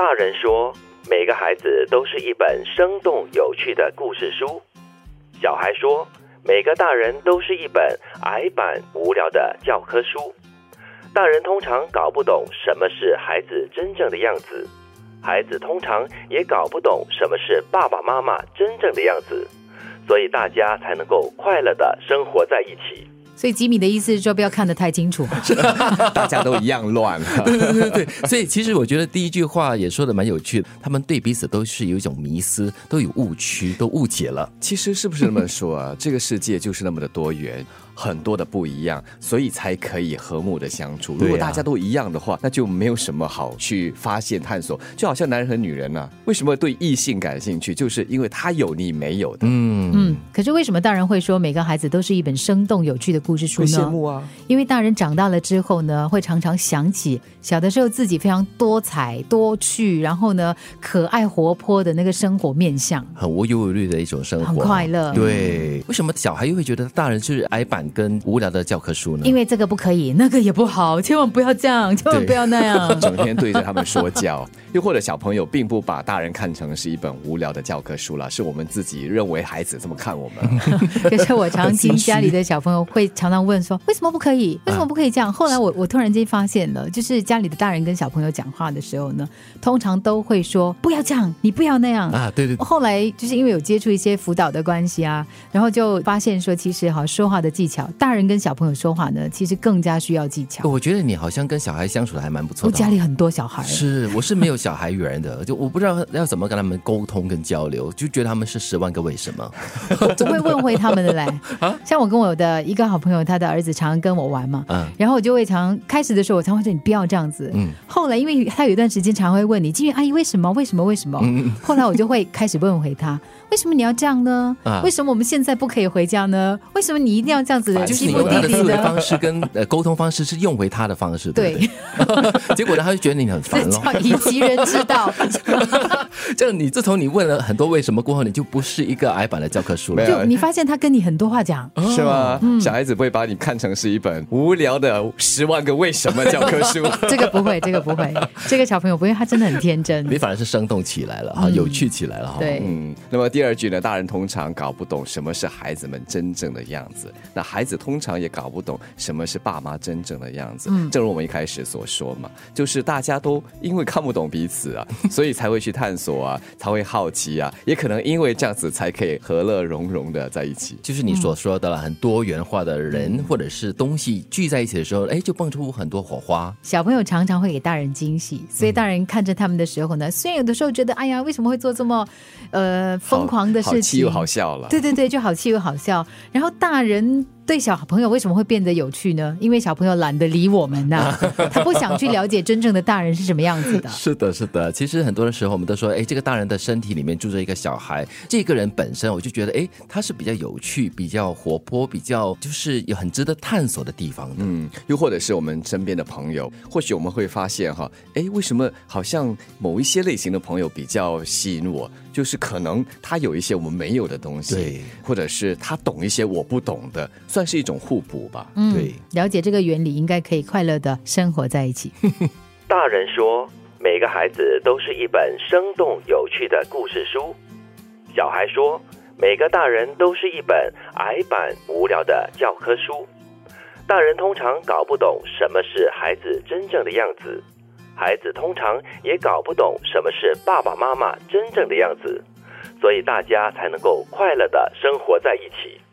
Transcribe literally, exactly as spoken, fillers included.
大人说，每个孩子都是一本生动有趣的故事书。小孩说，每个大人都是一本矮板无聊的教科书。大人通常搞不懂什么是孩子真正的样子，孩子通常也搞不懂什么是爸爸妈妈真正的样子，所以大家才能够快乐的生活在一起。 所以吉米的意思是说不要看得太清楚大家都一样乱对对对对，所以其实我觉得第一句话也说的蛮有趣的，他们对彼此都是有一种迷思，都有误区，都误解了。 其实是不是那么说啊？这个世界就是那么的多元，很多的不一样，所以才可以和睦的相处。如果大家都一样的话，那就没有什么好去发现探索。就好像男人和女人啊，为什么对异性感兴趣，就是因为他有你没有的。 嗯嗯，可是为什么大人会说每个孩子都是一本生动有趣的故事书呢？ 会羡慕啊， 因为大人长大了之后呢，会常常想起小的时候自己非常多彩多趣，然后呢可爱活泼的那个生活面向， 很无忧无虑的一种生活， 很快乐。 对，为什么小孩又会觉得大人就是矮板跟无聊的教科书呢？ 因为这个不可以，那个也不好，千万不要这样，千万不要那样， 整天对着他们说教。又或者小朋友并不把大人看成是一本无聊的教科书了，是我们自己认为孩子这么看我们。 可是我常听家里的小朋友会常常问说，为什么不可以？为什么不可以这样？后来我我突然间发现了，就是家里的大人跟小朋友讲话的时候呢，通常都会说不要这样，你不要那样啊。对对对。 后来就是因为有接触一些辅导的关系啊，然后就发现说，其实好说话的技巧，大人跟小朋友说话呢，其实更加需要技巧。 我觉得你好像跟小孩相处的还蛮不错的。 我家里很多小孩， 是我是没有小孩缘的，就我不知道要怎么跟他们沟通跟交流，就觉得他们是十万个为什么。 我会问回他们的嘞。像我跟我的一个好朋友，他的儿子常常跟我玩嘛，嗯、然后我就会常开始的时候，我常会说你不要这样子。嗯、后来因为他有一段时间常会问你，金玉阿姨为什么为什么为什么？嗯、后来我就会开始问回他。为什么你要这样呢？啊、为什么我们现在不可以回家呢？为什么你一定要这样子的？ 就是你用他的思维方式跟呃沟通方式是用回他的方式，对不对？结果呢，他就觉得你很烦了。 以其人之道。 这样，你自从你问了很多为什么过后，你就不是一个矮板的教科书了。 就你发现他跟你很多话讲， 是吗？嗯、小孩子不会把你看成是一本无聊的十万个为什么教科书。 这个不会，这个不会，这个小朋友不会，他真的很天真。 你反而是生动起来了哈，嗯、有趣起来了哈。 对， 嗯。那么第二句呢，大人通常搞不懂什么是孩子们真正的样子，那孩子通常也搞不懂什么是爸妈真正的样子。嗯，正如我们一开始所说嘛，就是大家都因为看不懂彼此啊，所以才会去探索啊，才会好奇啊，也可能因为这样子才可以和乐融融的在一起。 就是你所说的了，很多元化的人、嗯、或者是东西聚在一起的时候，哎，就蹦出很多火花。 小朋友常常会给大人惊喜，所以大人看着他们的时候呢，虽然有的时候觉得哎呀，为什么会做这么呃疯狂的事情， 好气又好笑了。 对对对，就好气又好笑。然后大人对小朋友为什么会变得有趣呢？因为小朋友懒得理我们呐、啊，他不想去了解真正的大人是什么样子的。 是的，是的。其实很多的时候我们都说，哎，这个大人的身体里面住着一个小孩，这个人本身我就觉得，哎，他是比较有趣、比较活泼、比较就是有很值得探索的地方的。 嗯，又或者是我们身边的朋友，或许我们会发现哈，哎，为什么好像某一些类型的朋友比较吸引我？就是可能他有一些我们没有的东西， 对， 或者是他懂一些我不懂的，算是一种互补吧。 嗯， 对， 了解这个原理，应该可以快乐的生活在一起。 大人说，每个孩子都是一本生动有趣的故事书。小孩说，每个大人都是一本矮板无聊的教科书。大人通常搞不懂什么是孩子真正的样子，孩子通常也搞不懂什么是爸爸妈妈真正的样子，所以大家才能够快乐的生活在一起。